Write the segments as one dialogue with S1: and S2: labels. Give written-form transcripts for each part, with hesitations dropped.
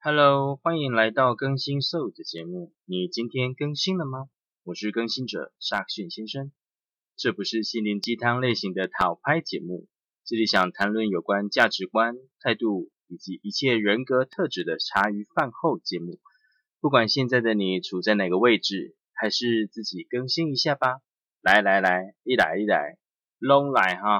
S1: Hello，欢迎来到更新 Soul 的节目。你今天更新了吗？我是更新者沙克逊先生。这不是心灵鸡汤类型的讨拍节目，这里想谈论有关价值观、态度以及一切人格特质的茶余饭后节目。不管现在的你处在哪个位置，还是自己更新一下吧。来，一来，拢来哈。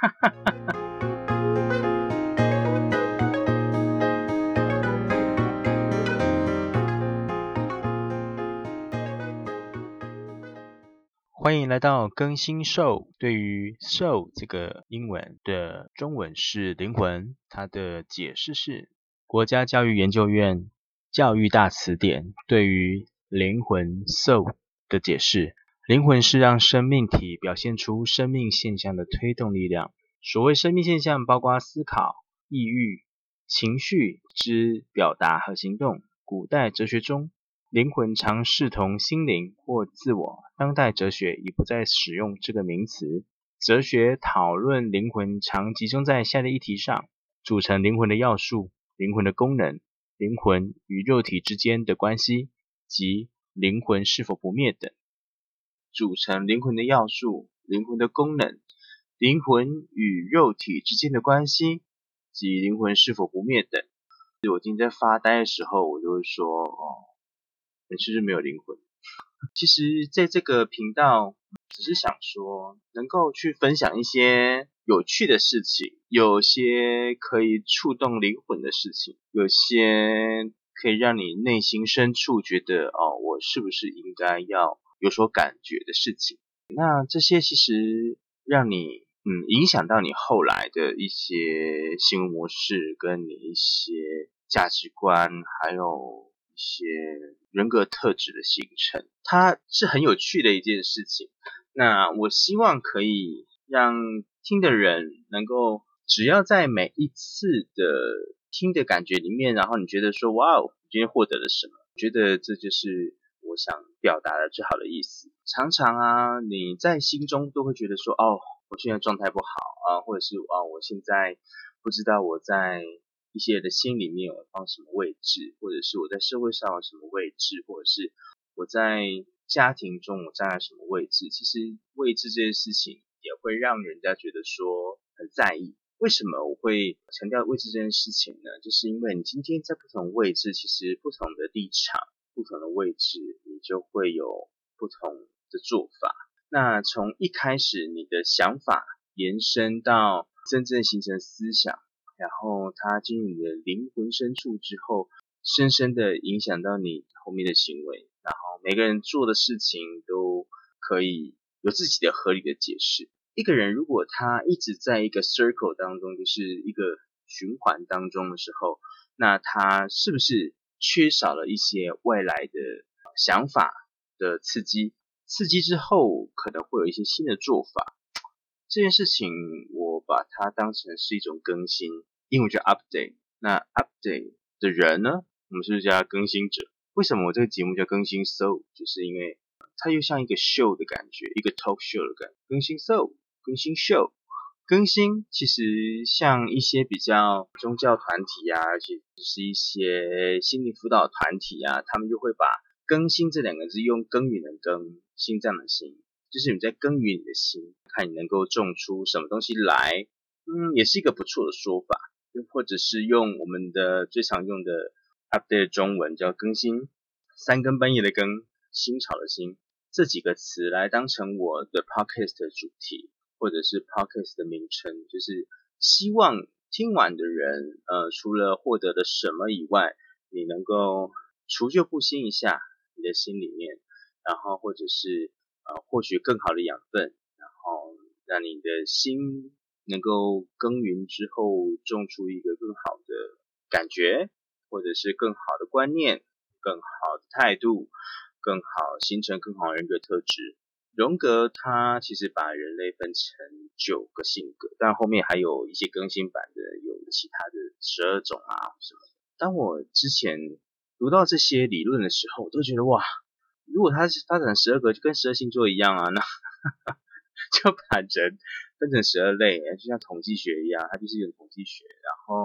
S1: 欢迎来到更新 Soul。对于 Soul 这个英文的中文是灵魂，它的解释是国家教育研究院教育大词典对于灵魂 Soul 的解释。灵魂是让生命体表现出生命现象的推动力量。所谓生命现象包括思考、意欲、情绪之表达和行动。古代哲学中灵魂常视同心灵或自我，当代哲学已不再使用这个名词。哲学讨论灵魂常集中在下列议题上：组成灵魂的要素、灵魂的功能、灵魂与肉体之间的关系及灵魂是否不灭等。组成灵魂的要素、灵魂的功能、灵魂与肉体之间的关系及灵魂是否不灭等。我今天在发呆的时候，我就会说人是不是没有灵魂？其实在这个频道只是想说能够去分享一些有趣的事情，有些可以触动灵魂的事情，有些可以让你内心深处觉得我是不是应该要有所感觉的事情。那这些其实让你影响到你后来的一些行为模式，跟你一些价值观，还有一些人格特质的形成，它是很有趣的一件事情。那我希望可以让听的人能够只要在每一次的听的感觉里面，然后你觉得说哇哦，今天获得了什么，我觉得这就是我想表达的最好的意思。常常啊，你在心中都会觉得说我现在状态不好啊，或者是我现在不知道我在一些人的心里面我放什么位置，或者是我在社会上有什么位置，或者是我在家庭中我站在什么位置。其实位置这件事情也会让人家觉得说很在意。为什么我会强调位置这件事情呢？就是因为你今天在不同位置，其实不同的立场、不同的位置，你就会有不同的做法。那从一开始你的想法延伸到真正形成思想，然后它进入你的灵魂深处之后，深深的影响到你后面的行为，然后每个人做的事情都可以有自己的合理的解释。一个人如果他一直在一个 circle 当中，就是一个循环当中的时候，那他是不是缺少了一些外来的想法的刺激？刺激之后可能会有一些新的做法。这件事情我把它当成是一种更新，英文叫 update。那 update 的人呢，我们是不是叫更新者？为什么我这个节目叫更新 Soul？ 就是因为它又像一个 show 的感觉，一个 talk show 的感觉。更新 Soul， 更新 show。更新其实像一些比较宗教团体啊，而且是一些心理辅导团体啊，他们就会把更新这两个字用耕耘的耕，心脏的心，就是你在耕耘你的心，看你能够种出什么东西来，也是一个不错的说法。或者是用我们的最常用的 update 中文叫更新，三更半夜的更，新潮的新，这几个词来当成我的 podcast 的主题，或者是 podcast 的名称，就是希望听完的人除了获得了什么以外，你能够除旧布新一下你的心里面，然后或者是获取更好的养分，然后让你的心能够耕耘之后种出一个更好的感觉，或者是更好的观念，更好的态度，更好形成更好的人格特质。荣格他其实把人类分成9个性格，但后面还有一些更新版的，有其他的12种啊什么的。当我之前读到这些理论的时候，我都觉得哇，如果它是发展12个，就跟12星座一样啊，那就把人分成12类，就像统计学一样，它就是一种统计学。然后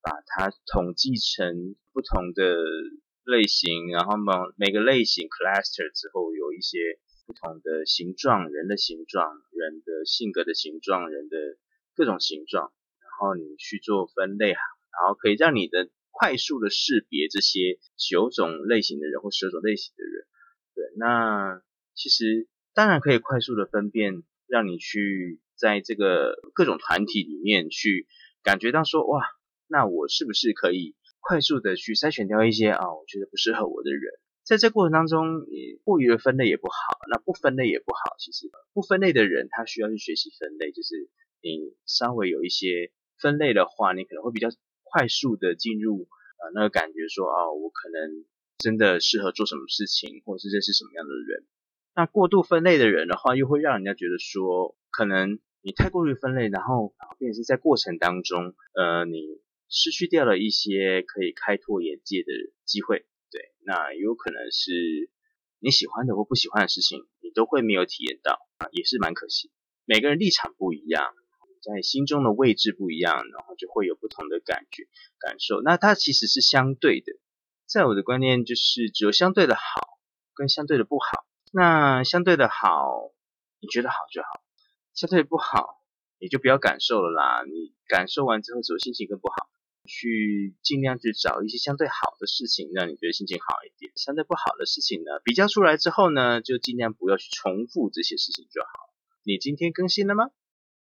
S1: 把它统计成不同的类型，然后每个类型 cluster 之后有一些不同的形状，人的形状，人的性格的形状，人的各种形状，然后你去做分类，然后可以让你的快速的识别这些9种类型的人或12种类型的人。对，那其实当然可以快速的分辨，让你去在这个各种团体里面去感觉到说，哇，那我是不是可以快速的去筛选掉一些我觉得不适合我的人。在这过程当中，也过于的分类也不好，那不分类也不好。其实不分类的人，他需要去学习分类，就是你稍微有一些分类的话，你可能会比较快速的进入那个感觉说，我可能真的适合做什么事情，或者是认识什么样的人。那过度分类的人的话，又会让人家觉得说，可能你太过于分类，然后变成是在过程当中，你失去掉了一些可以开拓眼界的机会。对，那有可能是你喜欢的或不喜欢的事情，你都会没有体验到，也是蛮可惜。每个人立场不一样，在心中的位置不一样，然后就会有不同的感受。那它其实是相对的，在我的观念就是只有相对的好跟相对的不好。那相对的好，你觉得好就好；相对不好，你就不要感受了啦。你感受完之后，只有心情更不好。去尽量去找一些相对好的事情，让你觉得心情好一点。相对不好的事情呢，比较出来之后呢，就尽量不要去重复这些事情就好。你今天更新了吗？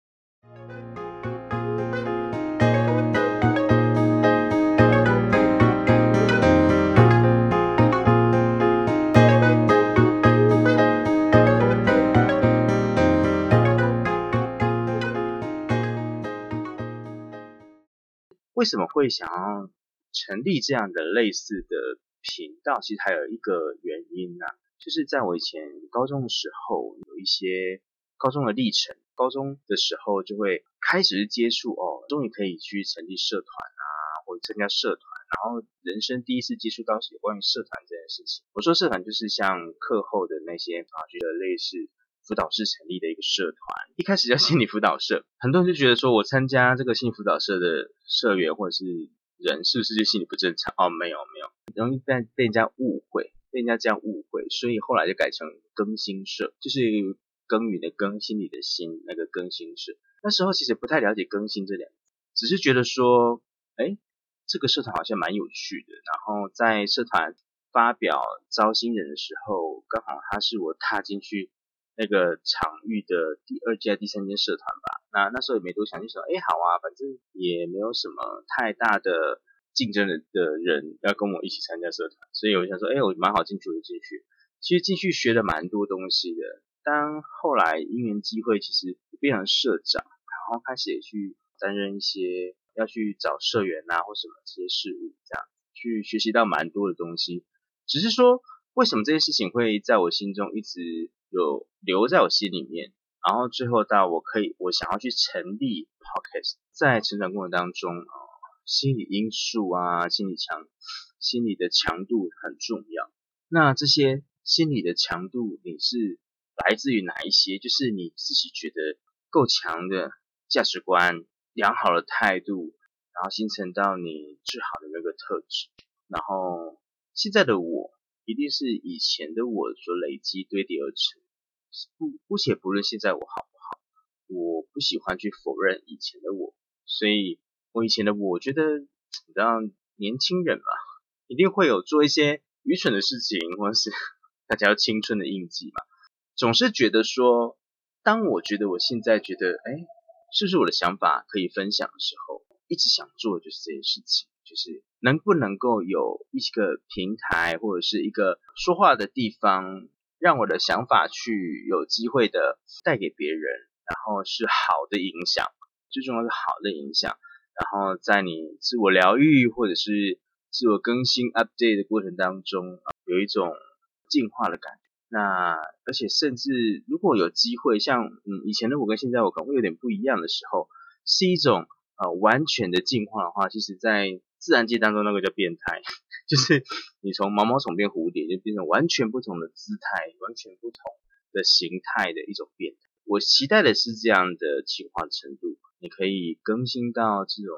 S1: 为什么会想要成立这样的类似的频道？其实还有一个原因啊，就是在我以前高中的时候，有一些高中的历程。高中的时候就会开始接触终于可以去成立社团啊，或者参加社团，然后人生第一次接触到有关于社团这件事情。我说社团就是像课后的那些觉得类似辅导室成立的一个社团，一开始叫心理辅导社，很多人就觉得说我参加这个心理辅导社的社员或者是人是不是就心理不正常？没有，容易被人家误会，被人家这样误会，所以后来就改成更新社，就是耕耘的耕，心理的心，那个更新社。那时候其实不太了解更新这两个字，只是觉得说，这个社团好像蛮有趣的。然后在社团发表招新人的时候，刚好他是我踏进去那个场域的第2届、第3届社团吧。那时候也没多想，就想，好啊，反正也没有什么太大的竞争的人要跟我一起参加社团，所以我就想说，我蛮好进去，我就进去。其实进去学了蛮多东西的。当后来因缘机会，其实变成社长，然后开始也去担任一些要去找社员啊或什么这些事务，这样去学习到蛮多的东西。只是说为什么这些事情会在我心中一直有留在我心里面，然后最后到我想要去成立 podcast。在成长过程当中心理因素啊，心理的强度很重要。那这些心理的强度你是来自于哪一些？就是你自己觉得够强的价值观、良好的态度，然后形成到你最好的那个特质。然后现在的我一定是以前的我所累积堆叠而成。姑且不论现在我好不好，我不喜欢去否认以前的我。所以我以前的我觉得，你知道年轻人嘛，一定会有做一些愚蠢的事情，或者是大家要青春的印记嘛。总是觉得说，当我觉得我现在觉得，是不是我的想法可以分享的时候，一直想做的就是这件事情，就是能不能够有一个平台或者是一个说话的地方，让我的想法去有机会的带给别人，然后是好的影响，最重要是好的影响。然后在你自我疗愈或者是自我更新 update 的过程当中，有一种进化的感觉。那而且甚至如果有机会，像以前的我跟现在我可能会有点不一样的时候，是一种完全的进化的话，其实在自然界当中那个叫变态，就是你从毛毛虫变蝴蝶，就变成完全不同的姿态，完全不同的形态的一种变态。我期待的是这样的进化程度，你可以更新到这种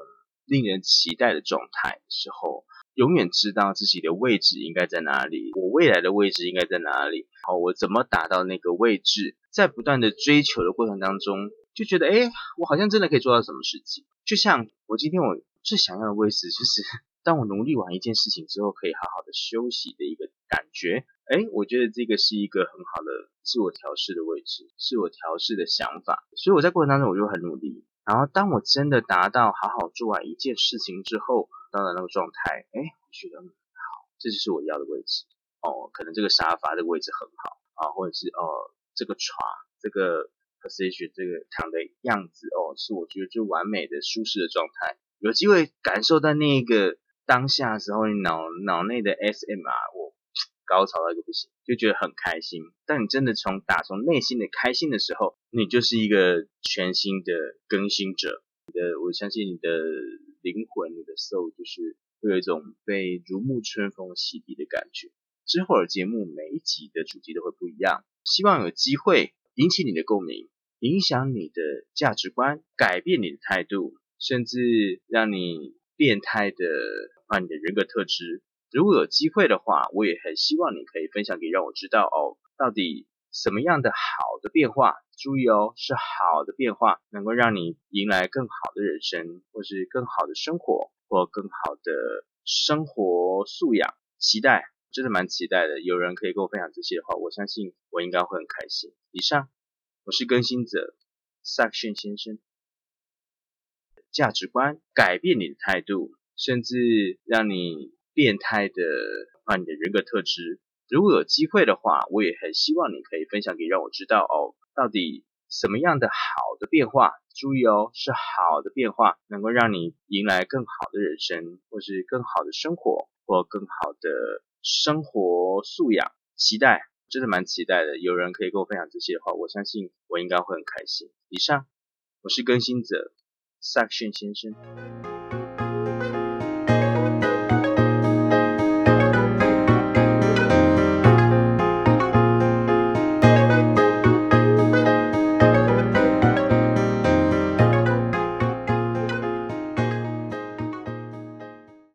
S1: 令人期待的状态的时候，永远知道自己的位置应该在哪里，我未来的位置应该在哪里，我怎么达到那个位置，在不断的追求的过程当中，就觉得我好像真的可以做到什么事情。就像我今天我最想要的位置，就是当我努力完一件事情之后，可以好好的休息的一个感觉。我觉得这个是一个很好的自我调试的位置，自我调试的想法。所以我在过程当中我就很努力，然后当我真的达到好好做完一件事情之后，到了那个状态，我觉得好，这就是我要的位置。可能这个沙发这个位置很好啊，或者是这个床这个 position 这个躺的样子是我觉得最完美的舒适的状态。有机会感受到那个当下的时候，你脑内的 SM 我高潮到一个不行，就觉得很开心。当你真的打从内心的开心的时候，你就是一个全新的更新者。我相信你的灵魂，你的 soul 就是会有一种被如沐春风洗涤的感觉。之后的节目每一集的主题都会不一样，希望有机会引起你的共鸣，影响你的价值观，改变你的态度，甚至让你变态的换你的人格特质。如果有机会的话，我也很希望你可以分享给让我知道到底什么样的好的变化，注意是好的变化，能够让你迎来更好的人生，或是更好的生活，或更好的生活素养。期待，真的蛮期待的。有人可以跟我分享这些的话，我相信我应该会很开心。以上，我是更新者 Section 先生。价值观改变你的态度，甚至让你变态的换你的人格特质。如果有机会的话，我也很希望你可以分享给让我知道到底什么样的好的变化，注意是好的变化，能够让你迎来更好的人生，或是更好的生活，或更好的生活素养。期待，真的蛮期待的。有人可以跟我分享这些的话，我相信我应该会很开心。以上，我是更新者Section 先生。